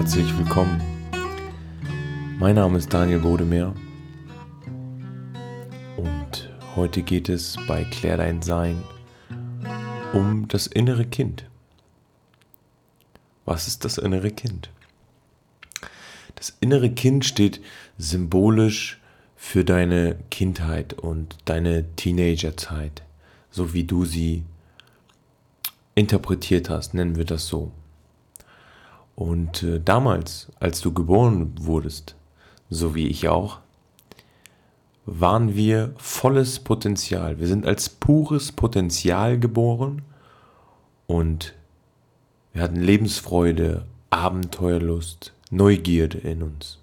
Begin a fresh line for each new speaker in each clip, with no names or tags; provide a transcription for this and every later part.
herzlich willkommen. Mein Name ist Daniel Bodemeer und heute geht es bei Klär dein Sein um das innere Kind. Was ist das innere Kind? Das innere Kind steht symbolisch für deine Kindheit und deine Teenagerzeit, so wie du sie interpretiert hast, nennen wir das so. Und damals, als du geboren wurdest, so wie ich auch, waren wir volles Potenzial. Wir sind als pures Potenzial geboren und wir hatten Lebensfreude, Abenteuerlust, Neugierde in uns.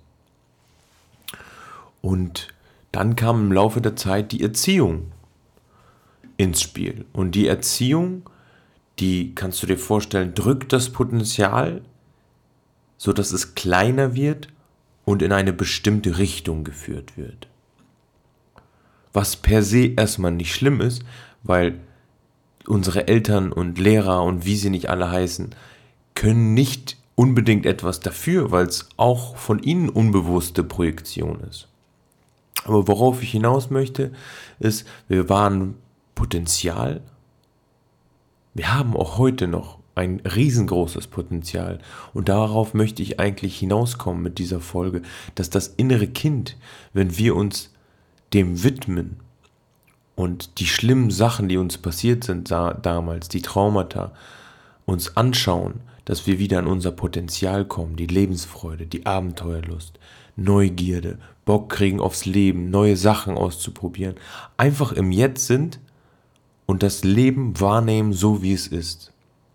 Und dann kam im Laufe der Zeit die Erziehung ins Spiel. Und die Erziehung, die, kannst du dir vorstellen, drückt das Potenzial, sodass es kleiner wird und in eine bestimmte Richtung geführt wird. Was per se erstmal nicht schlimm ist, weil unsere Eltern und Lehrer und wie sie nicht alle heißen, können nicht unbedingt etwas dafür, weil es auch von ihnen unbewusste Projektion ist. Aber worauf ich hinaus möchte, ist, wir waren Potenzial. Wir haben auch heute noch ein riesengroßes Potenzial. Und darauf möchte ich eigentlich hinauskommen mit dieser Folge, dass das innere Kind, wenn wir uns dem widmen und die schlimmen Sachen, die uns passiert sind damals, die Traumata, uns anschauen, dass wir wieder an unser Potenzial kommen, die Lebensfreude, die Abenteuerlust, Neugierde, Bock kriegen aufs Leben, neue Sachen auszuprobieren, einfach im Jetzt sind und das Leben wahrnehmen, so wie es ist.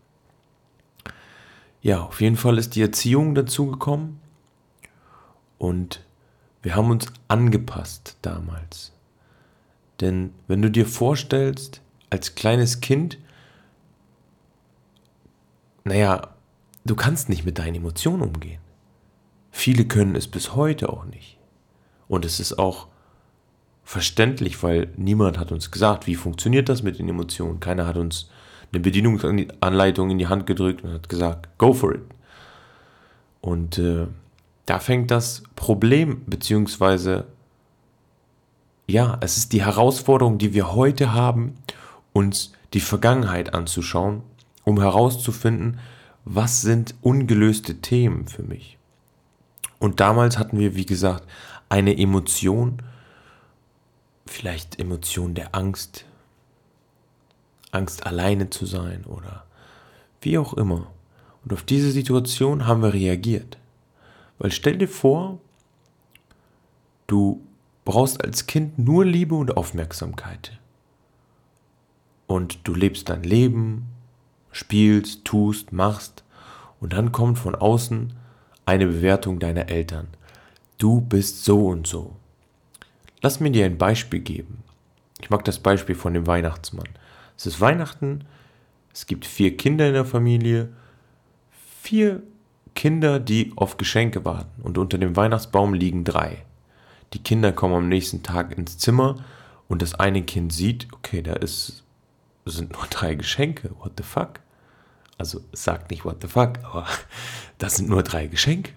Ja, auf jeden Fall ist die Erziehung dazu gekommen und wir haben uns angepasst damals. Denn wenn du dir vorstellst, als kleines Kind, du kannst nicht mit deinen Emotionen umgehen. Viele können es bis heute auch nicht. Und es ist auch verständlich, weil niemand hat uns gesagt, wie funktioniert das mit den Emotionen. Keiner hat uns eine Bedienungsanleitung in die Hand gedrückt und hat gesagt, go for it. Und da fängt das Problem, beziehungsweise, es ist die Herausforderung, die wir heute haben, uns die Vergangenheit anzuschauen, um herauszufinden, was sind ungelöste Themen für mich. Und damals hatten wir, wie gesagt, eine Emotion, vielleicht Emotion der Angst, Angst alleine zu sein oder wie auch immer. Und auf diese Situation haben wir reagiert. Weil stell dir vor, du brauchst als Kind nur Liebe und Aufmerksamkeit. Und du lebst dein Leben, spielst, tust, machst und dann kommt von außen eine Bewertung deiner Eltern. Du bist so und so. Lass mir dir ein Beispiel geben. Ich mag das Beispiel von dem Weihnachtsmann. Es ist Weihnachten, es gibt 4 Kinder in der Familie, 4 Kinder, die auf Geschenke warten und unter dem Weihnachtsbaum liegen 3. Die Kinder kommen am nächsten Tag ins Zimmer und das eine Kind sieht, okay, sind nur 3 Geschenke, what the fuck? Also es sagt nicht what the fuck, aber das sind nur 3 Geschenke.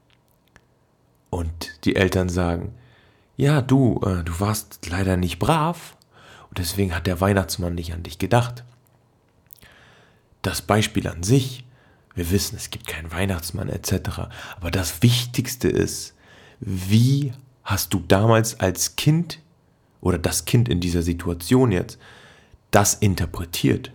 Und die Eltern sagen, ja, du warst leider nicht brav und deswegen hat der Weihnachtsmann nicht an dich gedacht. Das Beispiel an sich, wir wissen, es gibt keinen Weihnachtsmann etc. Aber das Wichtigste ist, wie hast du damals als Kind oder das Kind in dieser Situation jetzt das interpretiert?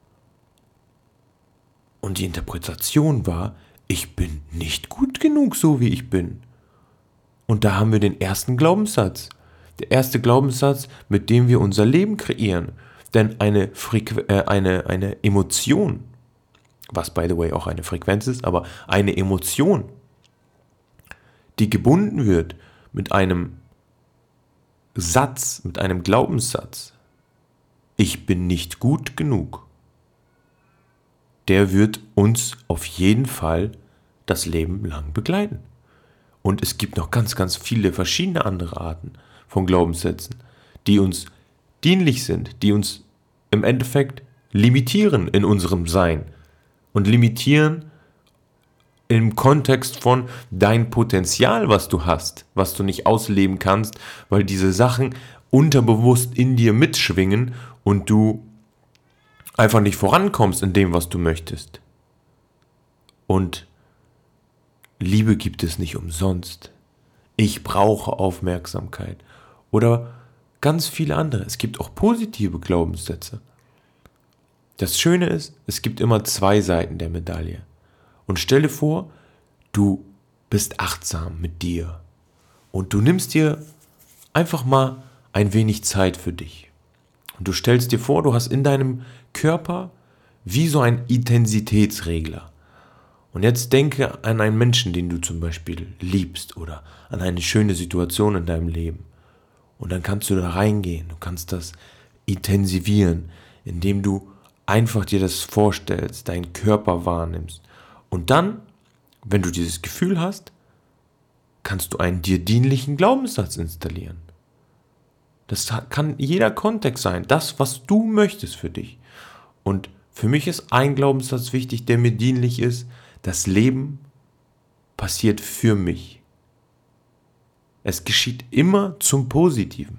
Und die Interpretation war, ich bin nicht gut genug, so wie ich bin. Und da haben wir den ersten Glaubenssatz. Der erste Glaubenssatz, mit dem wir unser Leben kreieren. Denn eine Emotion, was by the way auch eine Frequenz ist, aber eine Emotion, die gebunden wird mit einem Satz, mit einem Glaubenssatz, ich bin nicht gut genug, der wird uns auf jeden Fall das Leben lang begleiten. Und es gibt noch ganz, ganz viele verschiedene andere Arten von Glaubenssätzen, die uns dienlich sind, die uns im Endeffekt limitieren in unserem Sein und limitieren im Kontext von dein Potenzial, was du hast, was du nicht ausleben kannst, weil diese Sachen unterbewusst in dir mitschwingen und du einfach nicht vorankommst in dem, was du möchtest. Und Liebe gibt es nicht umsonst. Ich brauche Aufmerksamkeit. Oder ganz viele andere. Es gibt auch positive Glaubenssätze. Das Schöne ist, es gibt immer zwei Seiten der Medaille. Und stelle vor, du bist achtsam mit dir. Und du nimmst dir einfach mal ein wenig Zeit für dich. Und du stellst dir vor, du hast in deinem Körper wie so einen Intensitätsregler. Und jetzt denke an einen Menschen, den du zum Beispiel liebst oder an eine schöne Situation in deinem Leben. Und dann kannst du da reingehen, du kannst das intensivieren, indem du einfach dir das vorstellst, deinen Körper wahrnimmst. Und dann, wenn du dieses Gefühl hast, kannst du einen dir dienlichen Glaubenssatz installieren. Das kann jeder Kontext sein, das, was du möchtest für dich. Und für mich ist ein Glaubenssatz wichtig, der mir dienlich ist: Das Leben passiert für mich. Es geschieht immer zum Positiven.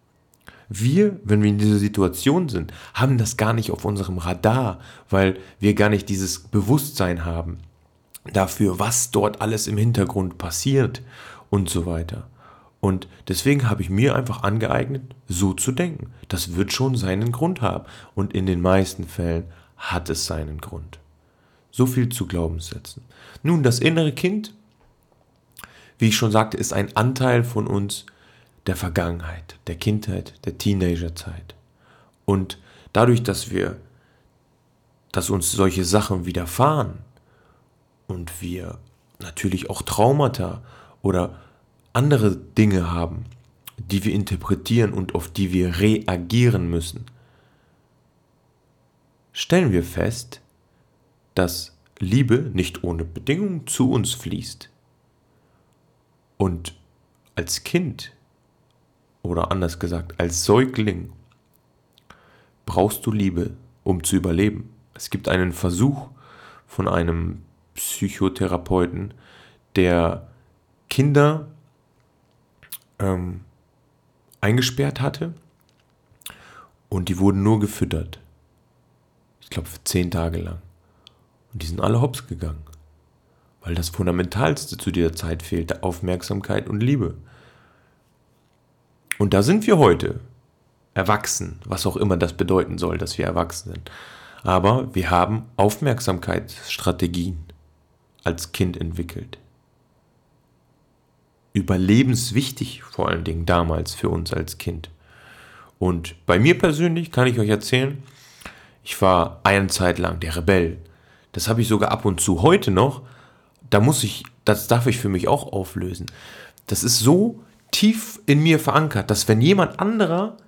Wir, wenn wir in dieser Situation sind, haben das gar nicht auf unserem Radar, weil wir gar nicht dieses Bewusstsein haben dafür, was dort alles im Hintergrund passiert und so weiter. Und deswegen habe ich mir einfach angeeignet, so zu denken. Das wird schon seinen Grund haben. Und in den meisten Fällen hat es seinen Grund. So viel zu Glaubenssätzen. Nun, das innere Kind, wie ich schon sagte, ist ein Anteil von uns der Vergangenheit, der Kindheit, der Teenagerzeit. Und dadurch, dass uns solche Sachen widerfahren und wir natürlich auch Traumata oder andere Dinge haben, die wir interpretieren und auf die wir reagieren müssen, stellen wir fest, dass Liebe nicht ohne Bedingung zu uns fließt. Und als Kind, oder anders gesagt, als Säugling, brauchst du Liebe, um zu überleben. Es gibt einen Versuch von einem Psychotherapeuten, der Kinder eingesperrt hatte und die wurden nur gefüttert. Ich glaube 10 Tage lang. Und die sind alle hops gegangen. Weil das Fundamentalste zu dieser Zeit fehlte: Aufmerksamkeit und Liebe. Und da sind wir heute. Erwachsen, was auch immer das bedeuten soll, dass wir erwachsen sind. Aber wir haben Aufmerksamkeitsstrategien als Kind entwickelt. Überlebenswichtig vor allen Dingen damals für uns als Kind. Und bei mir persönlich kann ich euch erzählen, ich war eine Zeit lang der Rebell. Das habe ich sogar ab und zu heute noch. Das darf ich für mich auch auflösen. Das ist so tief in mir verankert, dass wenn jemand anders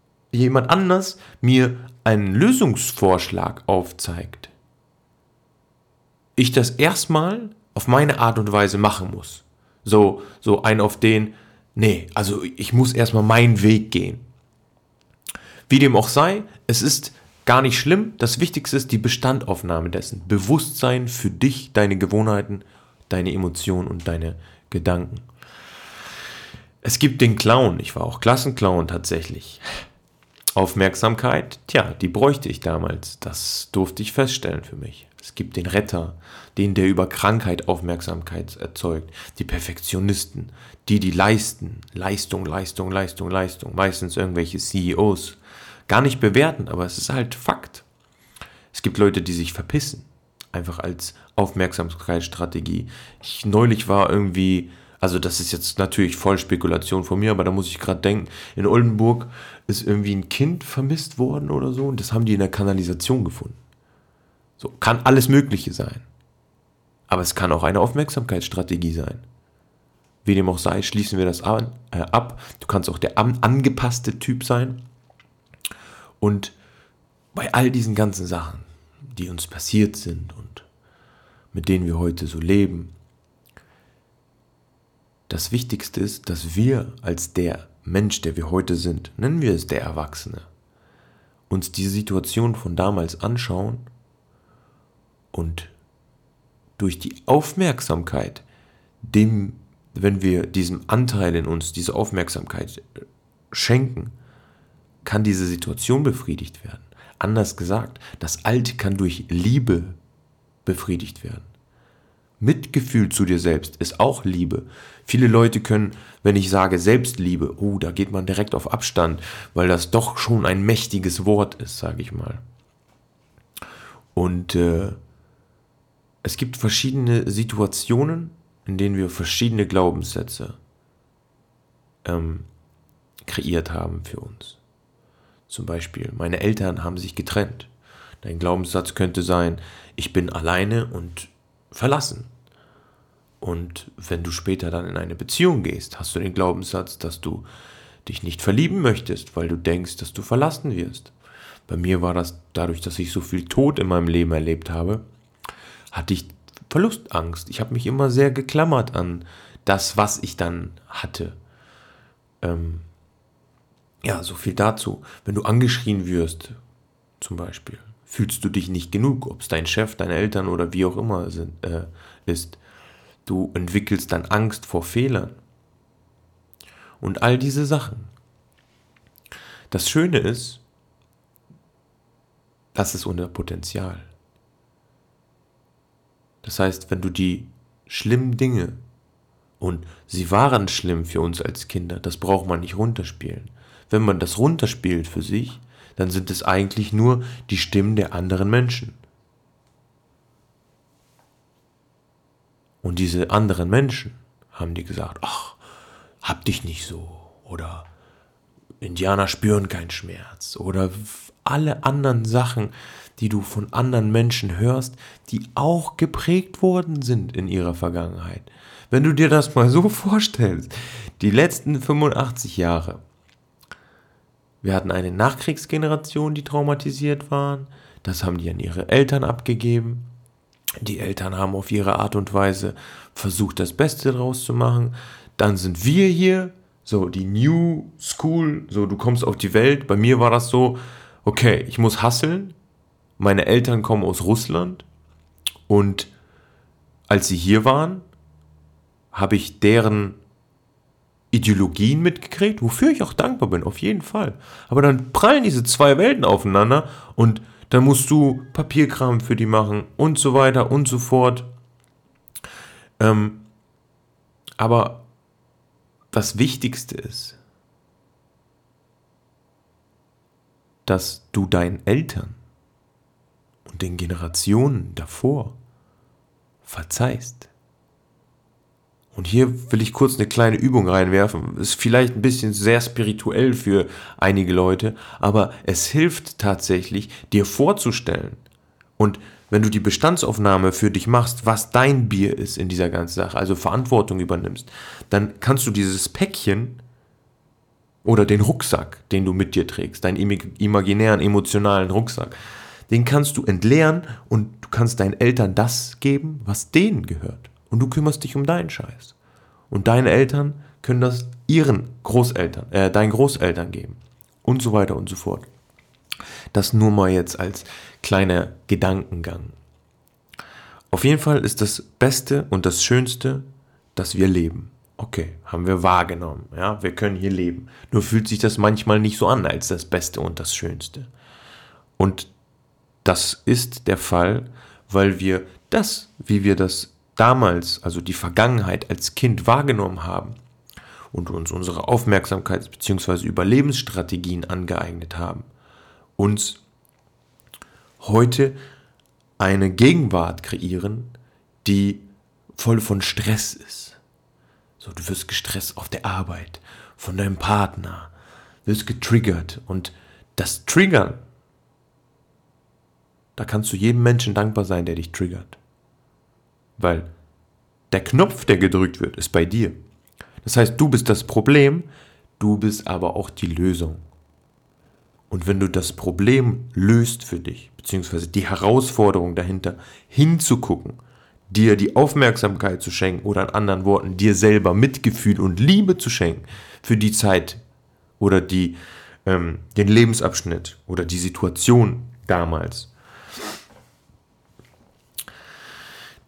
mir einen Lösungsvorschlag aufzeigt, ich das erstmal auf meine Art und Weise machen muss. So ein auf den, also ich muss erstmal meinen Weg gehen. Wie dem auch sei, es ist gar nicht schlimm. Das Wichtigste ist die Bestandaufnahme dessen. Bewusstsein für dich, deine Gewohnheiten, deine Emotionen und deine Gedanken. Es gibt den Clown. Ich war auch Klassenclown tatsächlich. Aufmerksamkeit, die bräuchte ich damals. Das durfte ich feststellen für mich. Es gibt den Retter, der über Krankheit Aufmerksamkeit erzeugt. Die Perfektionisten, die leisten. Leistung. Meistens irgendwelche CEOs. Gar nicht bewerten, aber es ist halt Fakt. Es gibt Leute, die sich verpissen. Einfach als Aufmerksamkeitsstrategie. Neulich war irgendwie, also das ist jetzt natürlich voll Spekulation von mir, aber da muss ich gerade denken, in Oldenburg ist irgendwie ein Kind vermisst worden oder so und das haben die in der Kanalisation gefunden. So, kann alles Mögliche sein. Aber es kann auch eine Aufmerksamkeitsstrategie sein. Wie dem auch sei, schließen wir das ab. Du kannst auch der angepasste Typ sein. Und bei all diesen ganzen Sachen, die uns passiert sind und mit denen wir heute so leben, das Wichtigste ist, dass wir als der Mensch, der wir heute sind, nennen wir es der Erwachsene, uns die Situation von damals anschauen und durch die Aufmerksamkeit, wenn wir diesem Anteil in uns diese Aufmerksamkeit schenken, kann diese Situation befriedigt werden. Anders gesagt, das Alte kann durch Liebe befriedigt werden. Mitgefühl zu dir selbst ist auch Liebe. Viele Leute können, wenn ich sage Selbstliebe, da geht man direkt auf Abstand, weil das doch schon ein mächtiges Wort ist, sage ich mal. Und es gibt verschiedene Situationen, in denen wir verschiedene Glaubenssätze kreiert haben für uns. Zum Beispiel, meine Eltern haben sich getrennt. Dein Glaubenssatz könnte sein, ich bin alleine und verlassen. Und wenn du später dann in eine Beziehung gehst, hast du den Glaubenssatz, dass du dich nicht verlieben möchtest, weil du denkst, dass du verlassen wirst. Bei mir war das dadurch, dass ich so viel Tod in meinem Leben erlebt habe, hatte ich Verlustangst. Ich habe mich immer sehr geklammert an das, was ich dann hatte. So viel dazu. Wenn du angeschrien wirst, zum Beispiel, fühlst du dich nicht genug, ob es dein Chef, deine Eltern oder wie auch immer ist. Du entwickelst dann Angst vor Fehlern. Und all diese Sachen. Das Schöne ist, das ist unser Potenzial. Das heißt, wenn du die schlimmen Dinge, und sie waren schlimm für uns als Kinder, das braucht man nicht runterspielen. Wenn man das runterspielt für sich, dann sind es eigentlich nur die Stimmen der anderen Menschen. Und diese anderen Menschen haben dir gesagt, ach, hab dich nicht so. Oder Indianer spüren keinen Schmerz. Oder alle anderen Sachen, die du von anderen Menschen hörst, die auch geprägt worden sind in ihrer Vergangenheit. Wenn du dir das mal so vorstellst, die letzten 85 Jahre, wir hatten eine Nachkriegsgeneration, die traumatisiert waren, das haben die an ihre Eltern abgegeben. Die Eltern haben auf ihre Art und Weise versucht, das Beste draus zu machen. Dann sind wir hier, so die New School, so du kommst auf die Welt. Bei mir war das so, okay, ich muss hustlen. Meine Eltern kommen aus Russland und als sie hier waren, habe ich deren Ideologien mitgekriegt, wofür ich auch dankbar bin, auf jeden Fall. Aber dann prallen diese zwei Welten aufeinander und dann musst du Papierkram für die machen und so weiter und so fort. Aber das Wichtigste ist, dass du deinen Eltern und den Generationen davor verzeihst. Und hier will ich kurz eine kleine Übung reinwerfen. Ist vielleicht ein bisschen sehr spirituell für einige Leute, aber es hilft tatsächlich, dir vorzustellen. Und wenn du die Bestandsaufnahme für dich machst, was dein Bier ist in dieser ganzen Sache, also Verantwortung übernimmst, dann kannst du dieses Päckchen oder den Rucksack, den du mit dir trägst, deinen imaginären, emotionalen Rucksack, den kannst du entleeren und du kannst deinen Eltern das geben, was denen gehört. Und du kümmerst dich um deinen Scheiß. Und deine Eltern können das deinen Großeltern geben. Und so weiter und so fort. Das nur mal jetzt als kleiner Gedankengang. Auf jeden Fall ist das Beste und das Schönste, dass wir leben. Okay, haben wir wahrgenommen. Ja, wir können hier leben. Nur fühlt sich das manchmal nicht so an als das Beste und das Schönste. Und das ist der Fall, weil wir das, wie wir das damals, also die Vergangenheit als Kind wahrgenommen haben und uns unsere Aufmerksamkeits- bzw. Überlebensstrategien angeeignet haben, uns heute eine Gegenwart kreieren, die voll von Stress ist. So, du wirst gestresst auf der Arbeit, von deinem Partner, wirst getriggert und das Triggern, da kannst du jedem Menschen dankbar sein, der dich triggert. Weil der Knopf, der gedrückt wird, ist bei dir. Das heißt, du bist das Problem, du bist aber auch die Lösung. Und wenn du das Problem löst für dich, beziehungsweise die Herausforderung dahinter, hinzugucken, dir die Aufmerksamkeit zu schenken oder in anderen Worten, dir selber Mitgefühl und Liebe zu schenken für die Zeit oder den Lebensabschnitt oder die Situation damals,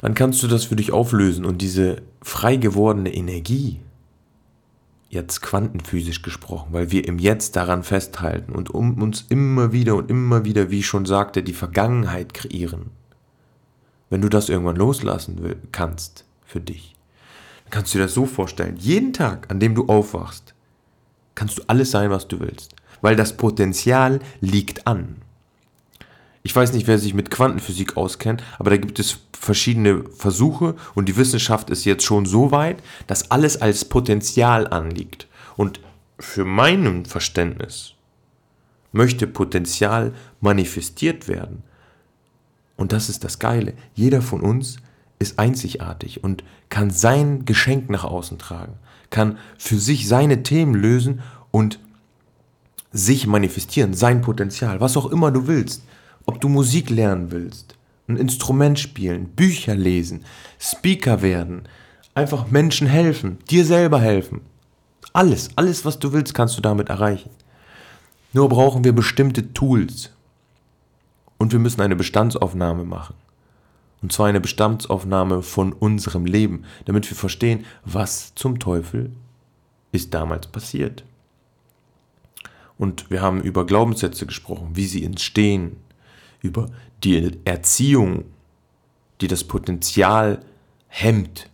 dann kannst du das für dich auflösen und diese frei gewordene Energie, jetzt quantenphysisch gesprochen, weil wir im Jetzt daran festhalten und um uns immer wieder, wie ich schon sagte, die Vergangenheit kreieren. Wenn du das irgendwann loslassen kannst für dich, dann kannst du dir das so vorstellen, jeden Tag, an dem du aufwachst, kannst du alles sein, was du willst, weil das Potenzial liegt an. Ich weiß nicht, wer sich mit Quantenphysik auskennt, aber da gibt es verschiedene Versuche und die Wissenschaft ist jetzt schon so weit, dass alles als Potenzial anliegt. Und für mein Verständnis möchte Potenzial manifestiert werden. Und das ist das Geile. Jeder von uns ist einzigartig und kann sein Geschenk nach außen tragen, kann für sich seine Themen lösen und sich manifestieren, sein Potenzial, was auch immer du willst. Ob du Musik lernen willst, ein Instrument spielen, Bücher lesen, Speaker werden, einfach Menschen helfen, dir selber helfen. Alles, was du willst, kannst du damit erreichen. Nur brauchen wir bestimmte Tools. Und wir müssen eine Bestandsaufnahme machen. Und zwar eine Bestandsaufnahme von unserem Leben, damit wir verstehen, was zum Teufel ist damals passiert. Und wir haben über Glaubenssätze gesprochen, wie sie entstehen, über die Erziehung, die das Potenzial hemmt.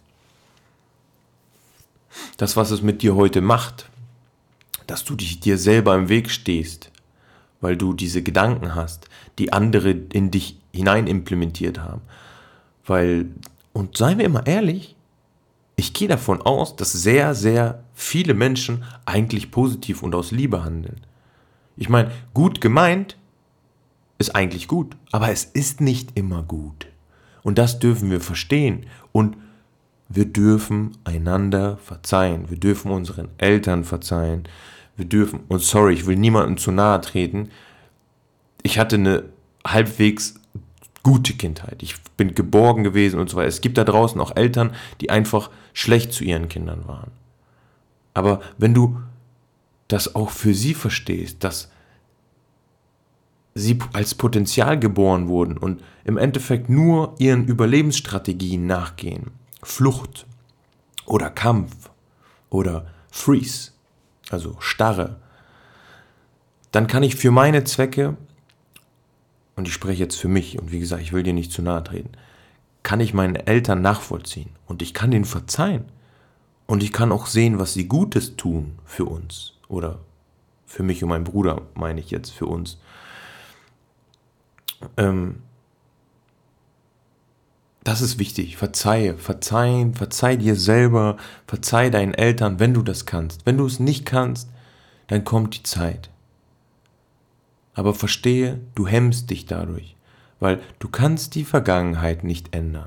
Das, was es mit dir heute macht, dass du dir selber im Weg stehst, weil du diese Gedanken hast, die andere in dich hinein implementiert haben. Und seien wir immer ehrlich, ich gehe davon aus, dass sehr, sehr viele Menschen eigentlich positiv und aus Liebe handeln. Ich meine, gut gemeint ist eigentlich gut, aber es ist nicht immer gut. Und das dürfen wir verstehen. Und wir dürfen einander verzeihen. Wir dürfen unseren Eltern verzeihen. Wir dürfen, und sorry, ich will niemandem zu nahe treten, ich hatte eine halbwegs gute Kindheit. Ich bin geborgen gewesen und so weiter. Es gibt da draußen auch Eltern, die einfach schlecht zu ihren Kindern waren. Aber wenn du das auch für sie verstehst, dass sie als Potenzial geboren wurden und im Endeffekt nur ihren Überlebensstrategien nachgehen, Flucht oder Kampf oder Freeze, also Starre, dann kann ich für meine Zwecke, und ich spreche jetzt für mich, und wie gesagt, ich will dir nicht zu nahe treten, kann ich meinen Eltern nachvollziehen und ich kann denen verzeihen und ich kann auch sehen, was sie Gutes tun für uns oder für mich und meinen Bruder, meine ich jetzt, für uns. Das ist wichtig. Verzeih dir selber, verzeih deinen Eltern, wenn du das kannst. Wenn du es nicht kannst, dann kommt die Zeit. Aber verstehe, du hemmst dich dadurch, weil du kannst die Vergangenheit nicht ändern.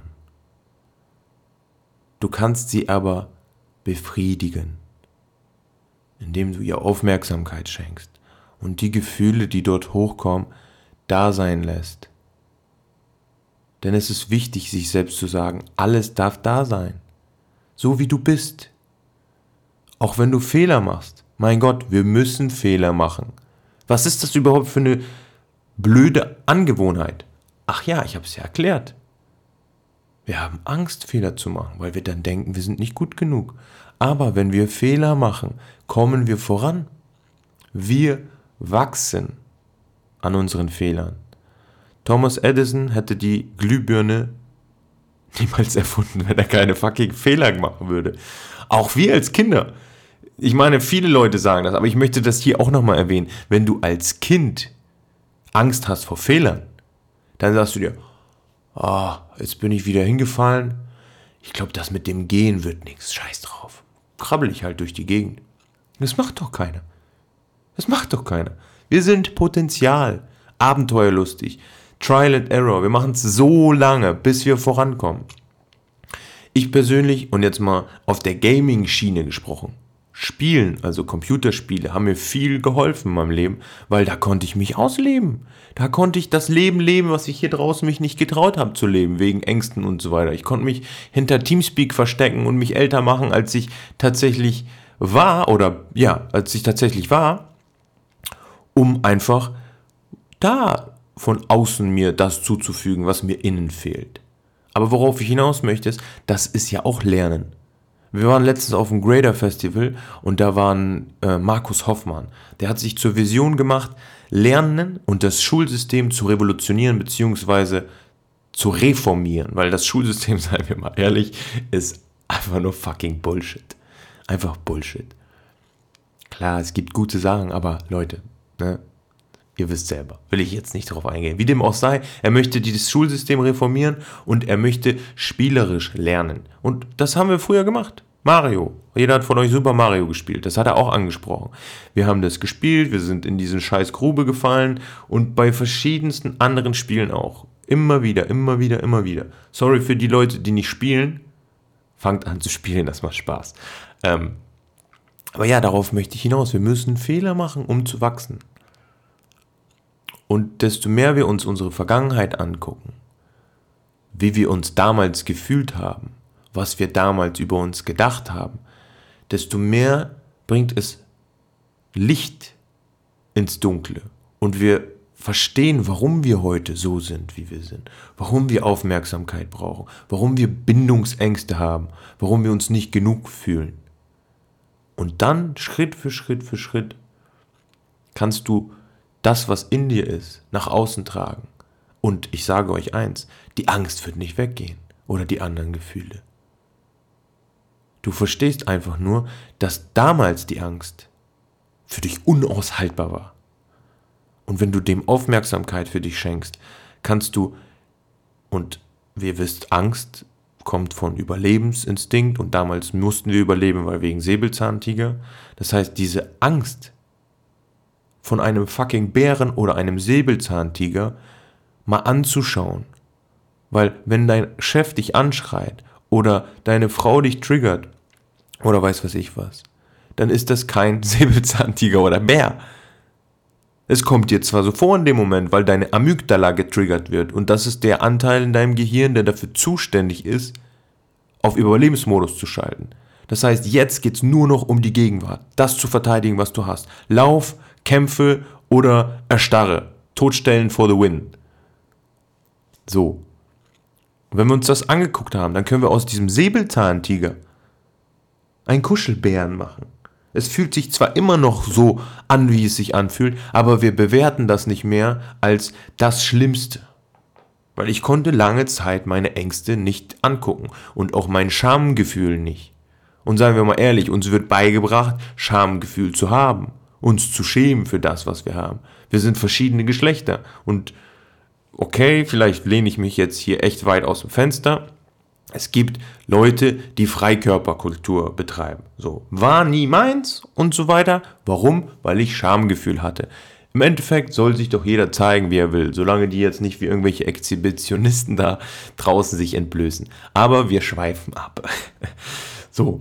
Du kannst sie aber befriedigen, indem du ihr Aufmerksamkeit schenkst und die Gefühle, die dort hochkommen, da sein lässt. Denn es ist wichtig, sich selbst zu sagen, alles darf da sein, so wie du bist. Auch wenn du Fehler machst. Mein Gott, wir müssen Fehler machen. Was ist das überhaupt für eine blöde Angewohnheit? Ach ja, ich habe es ja erklärt. Wir haben Angst, Fehler zu machen, weil wir dann denken, wir sind nicht gut genug. Aber wenn wir Fehler machen, kommen wir voran. Wir wachsen an unseren Fehlern. Thomas Edison hätte die Glühbirne niemals erfunden, wenn er keine fucking Fehler machen würde. Auch wir als Kinder. Ich meine, viele Leute sagen das, aber ich möchte das hier auch nochmal erwähnen. Wenn du als Kind Angst hast vor Fehlern, dann sagst du dir, jetzt bin ich wieder hingefallen. Ich glaube, das mit dem Gehen wird nichts. Scheiß drauf. Krabbel ich halt durch die Gegend. Das macht doch keiner. Wir sind Potenzial, abenteuerlustig, Trial and Error. Wir machen es so lange, bis wir vorankommen. Ich persönlich, und jetzt mal auf der Gaming-Schiene gesprochen, Spielen, also Computerspiele, haben mir viel geholfen in meinem Leben, weil da konnte ich mich ausleben. Da konnte ich das Leben leben, was ich hier draußen mich nicht getraut habe zu leben, wegen Ängsten und so weiter. Ich konnte mich hinter Teamspeak verstecken und mich älter machen, als ich tatsächlich war, um einfach da von außen mir das zuzufügen, was mir innen fehlt. Aber worauf ich hinaus möchte, ist, das ist ja auch Lernen. Wir waren letztens auf dem Grader Festival und da war Markus Hoffmann. Der hat sich zur Vision gemacht, Lernen und das Schulsystem zu revolutionieren bzw. zu reformieren. Weil das Schulsystem, seien wir mal ehrlich, ist einfach nur fucking Bullshit. Einfach Bullshit. Klar, es gibt gute Sachen, aber Leute, ne? Ihr wisst selber, will ich jetzt nicht darauf eingehen. Wie dem auch sei, er möchte dieses Schulsystem reformieren und er möchte spielerisch lernen. Und das haben wir früher gemacht. Mario. Jeder hat von euch Super Mario gespielt. Das hat er auch angesprochen. Wir haben das gespielt, wir sind in diese scheiß Grube gefallen und bei verschiedensten anderen Spielen auch. Immer wieder, immer wieder, immer wieder. Sorry für die Leute, die nicht spielen. Fangt an zu spielen, das macht Spaß. Aber ja, darauf möchte ich hinaus. Wir müssen Fehler machen, um zu wachsen. Und desto mehr wir uns unsere Vergangenheit angucken, wie wir uns damals gefühlt haben, was wir damals über uns gedacht haben, desto mehr bringt es Licht ins Dunkle. Und wir verstehen, warum wir heute so sind, wie wir sind, warum wir Aufmerksamkeit brauchen, warum wir Bindungsängste haben, warum wir uns nicht genug fühlen. Und dann Schritt für Schritt für Schritt kannst du das, was in dir ist, nach außen tragen. Und ich sage euch eins, die Angst wird nicht weggehen oder die anderen Gefühle. Du verstehst einfach nur, dass damals die Angst für dich unaushaltbar war. Und wenn du dem Aufmerksamkeit für dich schenkst, kannst du, und ihr wisst, Angst kommt von Überlebensinstinkt und damals mussten wir überleben, weil wegen Säbelzahntiger. Das heißt, diese Angst von einem fucking Bären oder einem Säbelzahntiger mal anzuschauen. Weil wenn dein Chef dich anschreit oder deine Frau dich triggert oder weiß was ich was, dann ist das kein Säbelzahntiger oder Bär. Es kommt dir zwar so vor in dem Moment, weil deine Amygdala getriggert wird und das ist der Anteil in deinem Gehirn, der dafür zuständig ist, auf Überlebensmodus zu schalten. Das heißt, jetzt geht es nur noch um die Gegenwart, das zu verteidigen, was du hast. Lauf, kämpfe oder erstarre. Todstellen for the win. So. Und wenn wir uns das angeguckt haben, dann können wir aus diesem Säbelzahntiger einen Kuschelbären machen. Es fühlt sich zwar immer noch so an, wie es sich anfühlt, aber wir bewerten das nicht mehr als das Schlimmste. Weil ich konnte lange Zeit meine Ängste nicht angucken und auch mein Schamgefühl nicht. Und seien wir mal ehrlich, uns wird beigebracht, Schamgefühl zu haben, uns zu schämen für das, was wir haben. Wir sind verschiedene Geschlechter und okay, vielleicht lehne ich mich jetzt hier echt weit aus dem Fenster. Es gibt Leute, die Freikörperkultur betreiben. So, war nie meins und so weiter. Warum? Weil ich Schamgefühl hatte. Im Endeffekt soll sich doch jeder zeigen, wie er will, solange die jetzt nicht wie irgendwelche Exhibitionisten da draußen sich entblößen. Aber wir schweifen ab. So.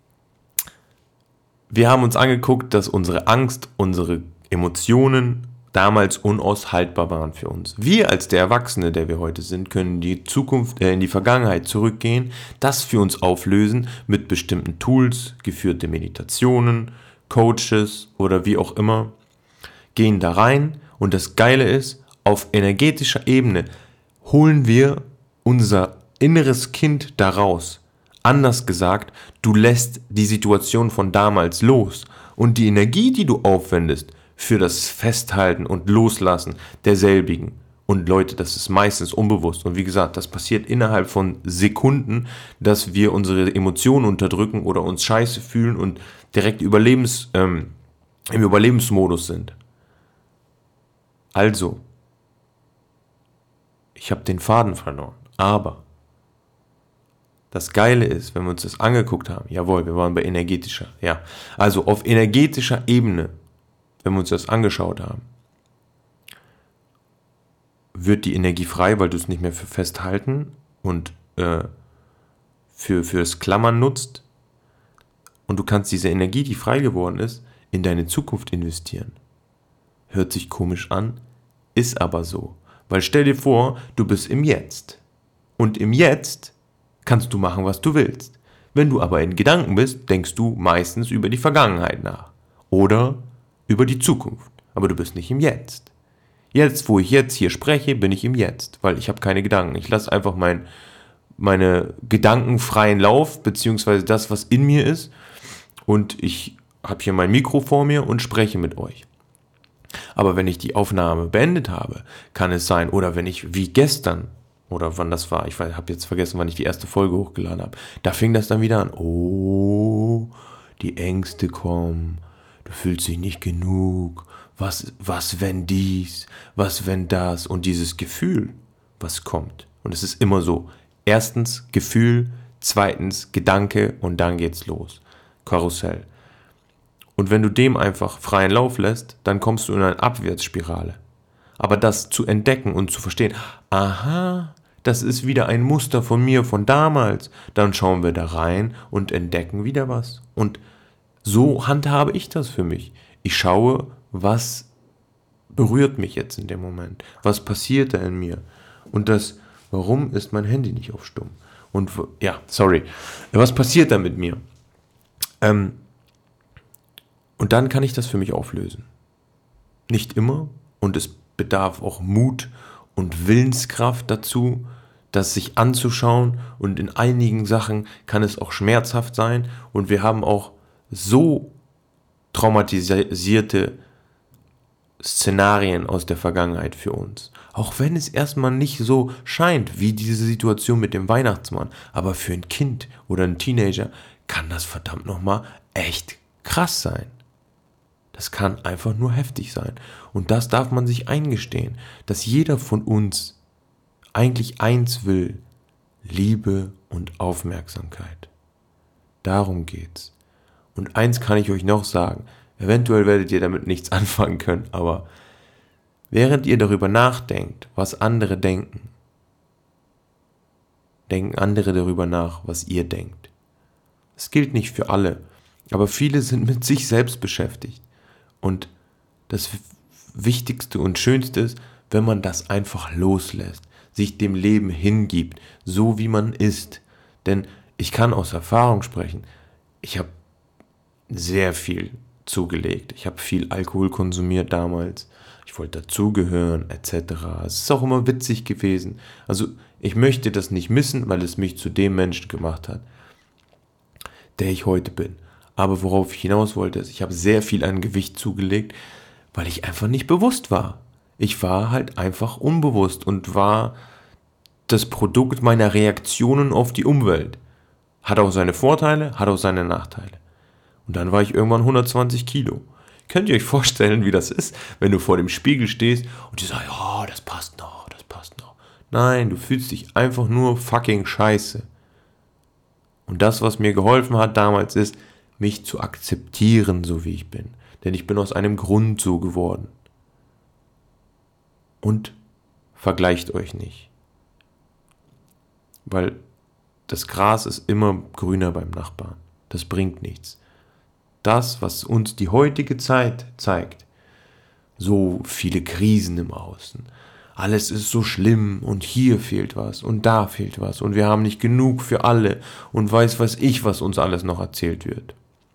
Wir haben uns angeguckt, dass unsere Angst, unsere Emotionen damals unaushaltbar waren für uns. Wir als der Erwachsene, der wir heute sind, können in die Vergangenheit zurückgehen, das für uns auflösen mit bestimmten Tools, geführte Meditationen, Coaches oder wie auch immer, gehen da rein und das Geile ist, auf energetischer Ebene holen wir unser inneres Kind da raus. Anders gesagt, du lässt die Situation von damals los und die Energie, die du aufwendest, für das Festhalten und Loslassen derselbigen. Und Leute, das ist meistens unbewusst. Und wie gesagt, das passiert innerhalb von Sekunden, dass wir unsere Emotionen unterdrücken oder uns scheiße fühlen und direkt im Überlebensmodus sind. Also, ich habe den Faden verloren. Aber das Geile ist, wenn wir uns das angeguckt haben, jawohl, wir waren bei energetischer, ja. Also auf energetischer Ebene, wenn wir uns das angeschaut haben, wird die Energie frei, weil du es nicht mehr für Festhalten und fürs Klammern nutzt. Und du kannst diese Energie, die frei geworden ist, in deine Zukunft investieren. Hört sich komisch an, ist aber so. Weil stell dir vor, du bist im Jetzt. Und im Jetzt kannst du machen, was du willst. Wenn du aber in Gedanken bist, denkst du meistens über die Vergangenheit nach. Oder über die Zukunft, aber du bist nicht im Jetzt. Jetzt, wo ich jetzt hier spreche, bin ich im Jetzt, weil ich habe keine Gedanken. Ich lasse einfach meine gedankenfreien Lauf, beziehungsweise das, was in mir ist. Und ich habe hier mein Mikro vor mir und spreche mit euch. Aber wenn ich die Aufnahme beendet habe, kann es sein, oder wenn ich wie gestern, oder wann das war, ich habe jetzt vergessen, wann ich die erste Folge hochgeladen habe, da fing das dann wieder an. Oh, die Ängste kommen, du fühlst dich nicht genug, was wenn dies, was wenn das, und dieses Gefühl, was kommt. Und es ist immer so, erstens Gefühl, zweitens Gedanke und dann geht's los. Karussell. Und wenn du dem einfach freien Lauf lässt, dann kommst du in eine Abwärtsspirale. Aber das zu entdecken und zu verstehen, aha, das ist wieder ein Muster von mir von damals, dann schauen wir da rein und entdecken wieder was. Und so handhabe ich das für mich. Ich schaue, was berührt mich jetzt in dem Moment, was passiert da in mir. Und warum ist mein Handy nicht auf stumm? Und was passiert da mit mir? Und dann kann ich das für mich auflösen. Nicht immer, und es bedarf auch Mut und Willenskraft dazu, das sich anzuschauen, und in einigen Sachen kann es auch schmerzhaft sein, und wir haben auch so traumatisierte Szenarien aus der Vergangenheit für uns. Auch wenn es erstmal nicht so scheint, wie diese Situation mit dem Weihnachtsmann, aber für ein Kind oder einen Teenager kann das verdammt nochmal echt krass sein. Das kann einfach nur heftig sein. Und das darf man sich eingestehen, dass jeder von uns eigentlich eins will: Liebe und Aufmerksamkeit. Darum geht's. Und eins kann ich euch noch sagen, eventuell werdet ihr damit nichts anfangen können, aber während ihr darüber nachdenkt, was andere denken, denken andere darüber nach, was ihr denkt. Es gilt nicht für alle, aber viele sind mit sich selbst beschäftigt. Und das Wichtigste und Schönste ist, wenn man das einfach loslässt, sich dem Leben hingibt, so wie man ist. Denn ich kann aus Erfahrung sprechen, ich habe sehr viel zugelegt. Ich habe viel Alkohol konsumiert damals. Ich wollte dazugehören, etc. Es ist auch immer witzig gewesen. Also ich möchte das nicht missen, weil es mich zu dem Menschen gemacht hat, der ich heute bin. Aber worauf ich hinaus wollte, ist, ich habe sehr viel an Gewicht zugelegt, weil ich einfach nicht bewusst war. Ich war halt einfach unbewusst und war das Produkt meiner Reaktionen auf die Umwelt. Hat auch seine Vorteile, hat auch seine Nachteile. Und dann war ich irgendwann 120 Kilo. Könnt ihr euch vorstellen, wie das ist, wenn du vor dem Spiegel stehst und du sagst, ja, das passt noch, das passt noch. Nein, du fühlst dich einfach nur fucking scheiße. Und das, was mir geholfen hat damals, ist, mich zu akzeptieren, so wie ich bin. Denn ich bin aus einem Grund so geworden. Und vergleicht euch nicht. Weil das Gras ist immer grüner beim Nachbarn. Das bringt nichts. Das, was uns die heutige Zeit zeigt, so viele Krisen im Außen, alles ist so schlimm und hier fehlt was und da fehlt was und wir haben nicht genug für alle und weiß ich, was uns alles noch erzählt wird.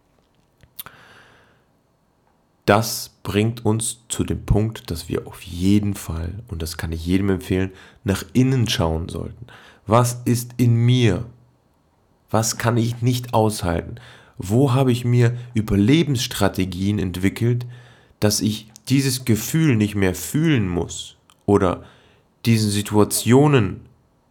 Das bringt uns zu dem Punkt, dass wir auf jeden Fall, und das kann ich jedem empfehlen, nach innen schauen sollten. Was ist in mir? Was kann ich nicht aushalten? Wo habe ich mir Überlebensstrategien entwickelt, dass ich dieses Gefühl nicht mehr fühlen muss oder diesen Situationen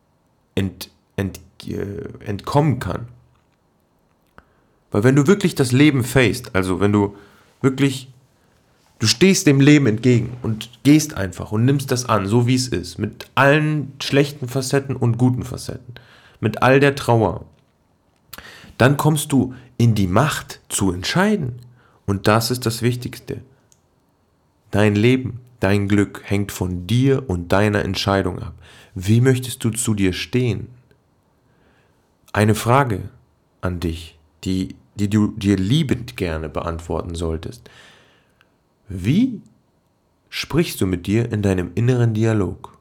entkommen kann? Weil wenn du wirklich das Leben faced, also wenn du wirklich, du stehst dem Leben entgegen und gehst einfach und nimmst das an, so wie es ist, mit allen schlechten Facetten und guten Facetten, mit all der Trauer, dann kommst du in die Macht zu entscheiden. Und das ist das Wichtigste. Dein Leben, dein Glück hängt von dir und deiner Entscheidung ab. Wie möchtest du zu dir stehen? Eine Frage an dich, die du dir liebend gerne beantworten solltest. Wie sprichst du mit dir in deinem inneren Dialog?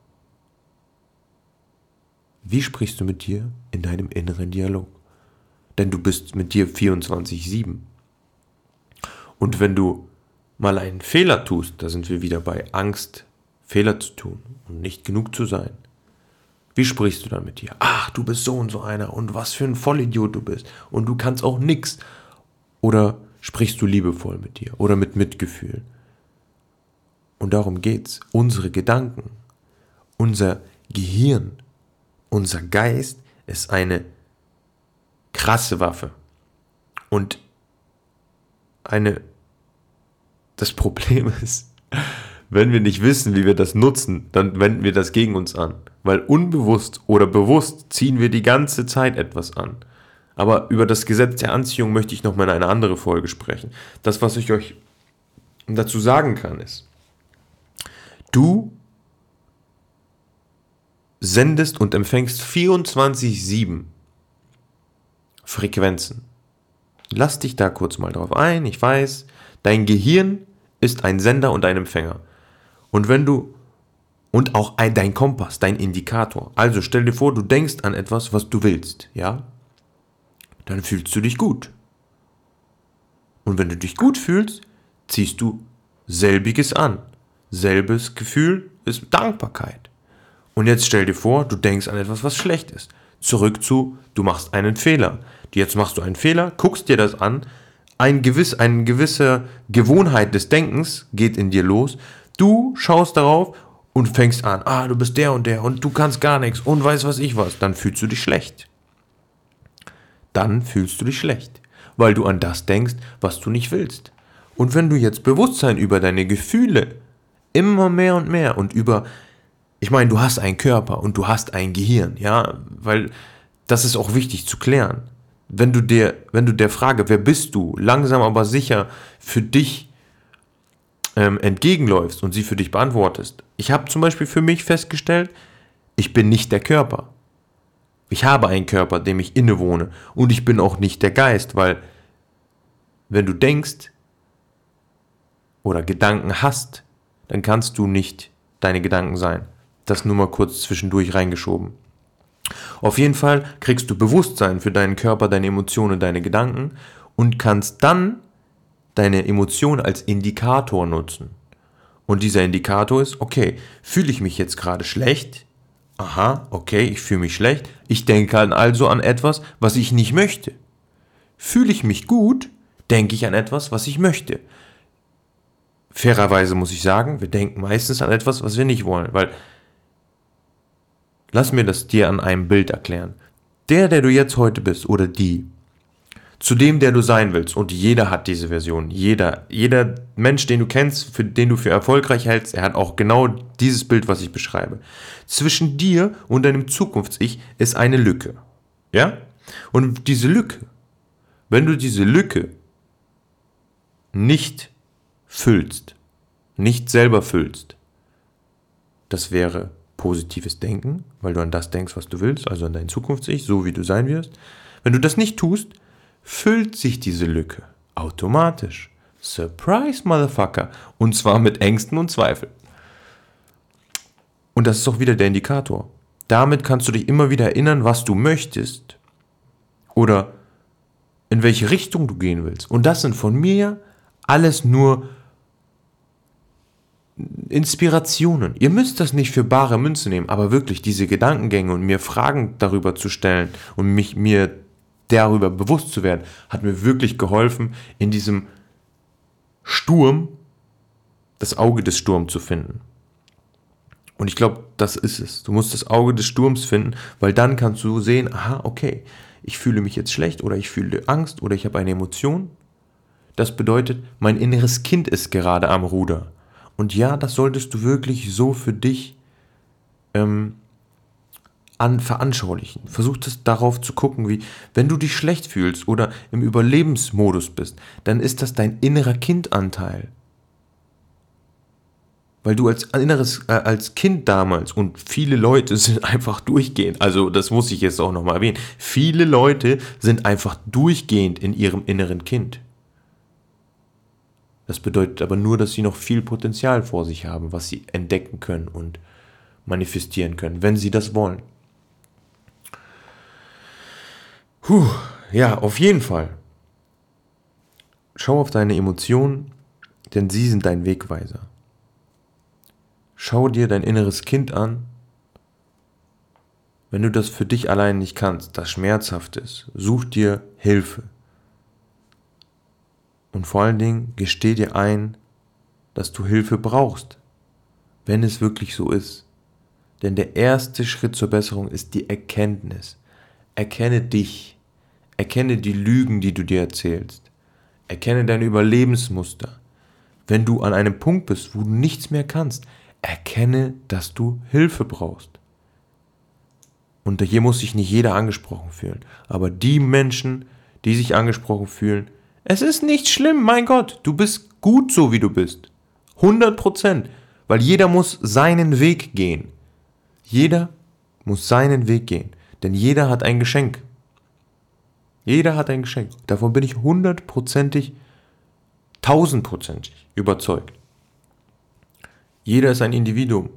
Wie sprichst du mit dir in deinem inneren Dialog? Denn du bist mit dir 24/7. Und wenn du mal einen Fehler tust, da sind wir wieder bei Angst, Fehler zu tun und nicht genug zu sein. Wie sprichst du dann mit dir? Ach, du bist so und so einer und was für ein Vollidiot du bist und du kannst auch nix. Oder sprichst du liebevoll mit dir oder mit Mitgefühl? Und darum geht's. Unsere Gedanken, unser Gehirn, unser Geist ist eine krasse Waffe. Und das Problem ist, wenn wir nicht wissen, wie wir das nutzen, dann wenden wir das gegen uns an. Weil unbewusst oder bewusst ziehen wir die ganze Zeit etwas an. Aber über das Gesetz der Anziehung möchte ich nochmal in einer anderen Folge sprechen. Das, was ich euch dazu sagen kann, ist, du sendest und empfängst 24/7 Frequenzen. Lass dich da kurz mal drauf ein. Ich weiß, dein Gehirn ist ein Sender und ein Empfänger. Und auch dein Kompass, dein Indikator. Also stell dir vor, du denkst an etwas, was du willst, ja? Dann fühlst du dich gut. Und wenn du dich gut fühlst, ziehst du selbiges an. Selbes Gefühl ist Dankbarkeit. Und jetzt stell dir vor, du denkst an etwas, was schlecht ist. Zurück zu, du machst einen Fehler. Jetzt machst du einen Fehler, guckst dir das an, eine gewisse Gewohnheit des Denkens geht in dir los. Du schaust darauf und fängst an, du bist der und du kannst gar nichts und weißt was ich was. Dann fühlst du dich schlecht. Weil du an das denkst, was du nicht willst. Und wenn du jetzt Bewusstsein über deine Gefühle immer mehr und mehr und ich meine, du hast einen Körper und du hast ein Gehirn, ja, weil das ist auch wichtig zu klären. Wenn du der Frage, wer bist du, langsam aber sicher für dich entgegenläufst und sie für dich beantwortest. Ich habe zum Beispiel für mich festgestellt, ich bin nicht der Körper. Ich habe einen Körper, dem ich innewohne und ich bin auch nicht der Geist, weil wenn du denkst oder Gedanken hast, dann kannst du nicht deine Gedanken sein. Das nur mal kurz zwischendurch reingeschoben. Auf jeden Fall kriegst du Bewusstsein für deinen Körper, deine Emotionen, deine Gedanken und kannst dann deine Emotionen als Indikator nutzen. Und dieser Indikator ist, okay, fühle ich mich jetzt gerade schlecht? Aha, okay, ich fühle mich schlecht. Ich denke also an etwas, was ich nicht möchte. Fühle ich mich gut, denke ich an etwas, was ich möchte. Fairerweise muss ich sagen, wir denken meistens an etwas, was wir nicht wollen, weil lass mir das dir an einem Bild erklären. Der du jetzt heute bist oder die, zu dem, der du sein willst, und jeder hat diese Version, jeder Mensch, den du kennst, den du für erfolgreich hältst, er hat auch genau dieses Bild, was ich beschreibe. Zwischen dir und deinem Zukunfts-Ich ist eine Lücke. Ja? Und diese Lücke, wenn du diese Lücke nicht füllst, nicht selber füllst, das wäre positives Denken, weil du an das denkst, was du willst, also an dein Zukunfts-Ich, so wie du sein wirst. Wenn du das nicht tust, füllt sich diese Lücke automatisch. Surprise, Motherfucker. Und zwar mit Ängsten und Zweifeln. Und das ist auch wieder der Indikator. Damit kannst du dich immer wieder erinnern, was du möchtest oder in welche Richtung du gehen willst. Und das sind von mir alles nur Inspirationen. Ihr müsst das nicht für bare Münze nehmen, aber wirklich diese Gedankengänge und mir Fragen darüber zu stellen und mir darüber bewusst zu werden, hat mir wirklich geholfen, in diesem Sturm das Auge des Sturms zu finden. Und ich glaube, das ist es. Du musst das Auge des Sturms finden, weil dann kannst du sehen, aha, okay, ich fühle mich jetzt schlecht oder ich fühle Angst oder ich habe eine Emotion. Das bedeutet, mein inneres Kind ist gerade am Ruder. Und ja, das solltest du wirklich so für dich veranschaulichen. Versuch das darauf zu gucken, wie, wenn du dich schlecht fühlst oder im Überlebensmodus bist, dann ist das dein innerer Kindanteil. Weil du als Kind damals, und viele Leute sind einfach durchgehend, also das muss ich jetzt auch nochmal erwähnen, viele Leute sind einfach durchgehend in ihrem inneren Kind. Das bedeutet aber nur, dass sie noch viel Potenzial vor sich haben, was sie entdecken können und manifestieren können, wenn sie das wollen. Ja, auf jeden Fall. Schau auf deine Emotionen, denn sie sind dein Wegweiser. Schau dir dein inneres Kind an Wenn du das für dich allein nicht kannst, das schmerzhaft ist, such dir Hilfe. Und vor allen Dingen gesteh dir ein, dass du Hilfe brauchst, wenn es wirklich so ist. Denn der erste Schritt zur Besserung ist die Erkenntnis. Erkenne dich. Erkenne die Lügen, die du dir erzählst. Erkenne deine Überlebensmuster. Wenn du an einem Punkt bist, wo du nichts mehr kannst, erkenne, dass du Hilfe brauchst. Und hier muss sich nicht jeder angesprochen fühlen. Aber die Menschen, die sich angesprochen fühlen, es ist nicht schlimm, mein Gott, du bist gut so, wie du bist. 100%. Weil jeder muss seinen Weg gehen. Jeder muss seinen Weg gehen. Denn jeder hat ein Geschenk. Jeder hat ein Geschenk. Davon bin ich 100%, 1000% überzeugt. Jeder ist ein Individuum.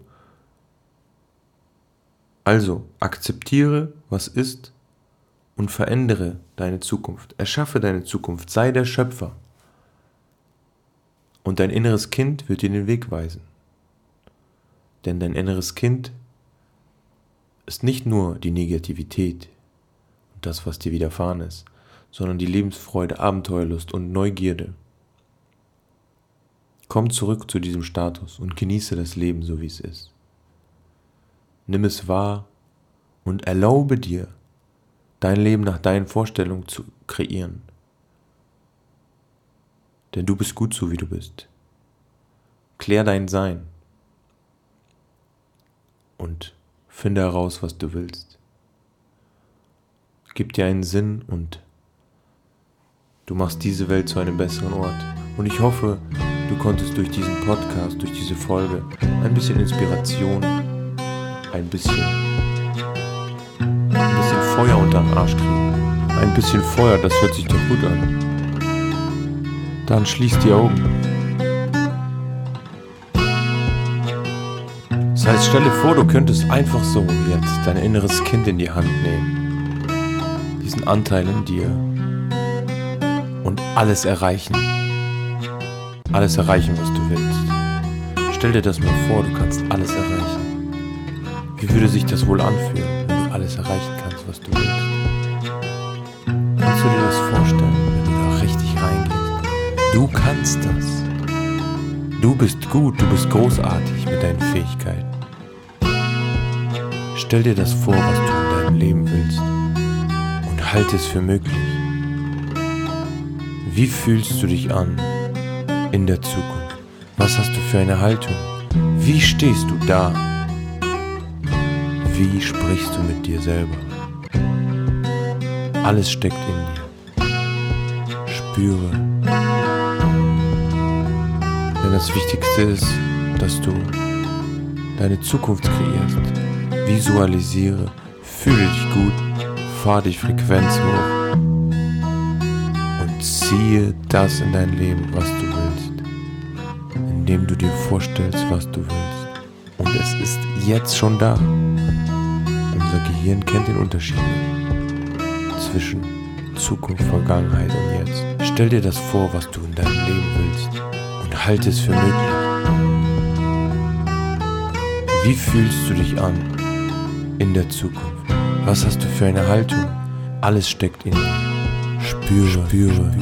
Also akzeptiere, was ist und verändere deine Zukunft. Erschaffe deine Zukunft. Sei der Schöpfer. Und dein inneres Kind wird dir den Weg weisen. Denn dein inneres Kind ist nicht nur die Negativität und das, was dir widerfahren ist, sondern die Lebensfreude, Abenteuerlust und Neugierde. Komm zurück zu diesem Status und genieße das Leben, so wie es ist. Nimm es wahr und erlaube dir, dein Leben nach deinen Vorstellungen zu kreieren. Denn du bist gut so, wie du bist. Klär dein Sein und finde heraus, was du willst. Gib dir einen Sinn und du machst diese Welt zu einem besseren Ort. Und ich hoffe, du konntest durch diesen Podcast, durch diese Folge ein bisschen Inspiration, ein bisschen Feuer unter den Arsch kriegen. Ein bisschen Feuer, das hört sich doch gut an. Dann schließ die Augen. Das heißt, stelle vor, du könntest einfach so jetzt dein inneres Kind in die Hand nehmen. Diesen Anteil in dir. Und alles erreichen. Alles erreichen, was du willst. Stell dir das mal vor, du kannst alles erreichen. Wie würde sich das wohl anfühlen, wenn du alles erreichen kannst, was du willst? Kannst du dir das vorstellen, wenn du da richtig reingehst? Du kannst das. Du bist gut, du bist großartig mit deinen Fähigkeiten. Stell dir das vor, was du in deinem Leben willst und halte es für möglich. Wie fühlst du dich an in der Zukunft? Was hast du für eine Haltung? Wie stehst du da? Wie sprichst du mit dir selber? Alles steckt in dir. Spüre. Denn das Wichtigste ist, dass du deine Zukunft kreierst. Visualisiere, fühle dich gut, fahr dich Frequenz hoch und ziehe das in dein Leben, was du willst, indem du dir vorstellst, was du willst. Und es ist jetzt schon da. Unser Gehirn kennt den Unterschied nicht zwischen Zukunft, Vergangenheit und jetzt. Stell dir das vor, was du in deinem Leben willst und halte es für möglich. Wie fühlst du dich an in der Zukunft? Was hast du für eine Haltung? Alles steckt in dir. Spüre.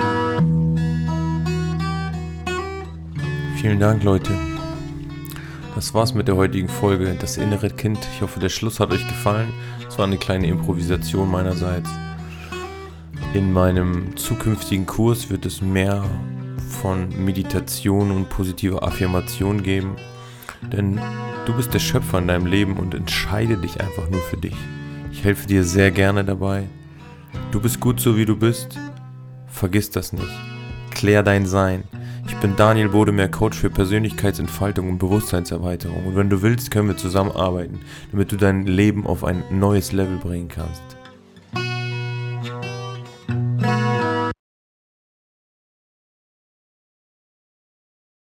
Vielen Dank, Leute. Das war's mit der heutigen Folge. Das innere Kind. Ich hoffe, der Schluss hat euch gefallen. Es war eine kleine Improvisation meinerseits. In meinem zukünftigen Kurs wird es mehr von Meditation und positiver Affirmation geben. Denn du bist der Schöpfer in deinem Leben und entscheide dich einfach nur für dich. Ich helfe dir sehr gerne dabei. Du bist gut so, wie du bist. Vergiss das nicht. Klär dein Sein. Ich bin Daniel Bodemer, Coach für Persönlichkeitsentfaltung und Bewusstseinserweiterung. Und wenn du willst, können wir zusammenarbeiten, damit du dein Leben auf ein neues Level bringen kannst.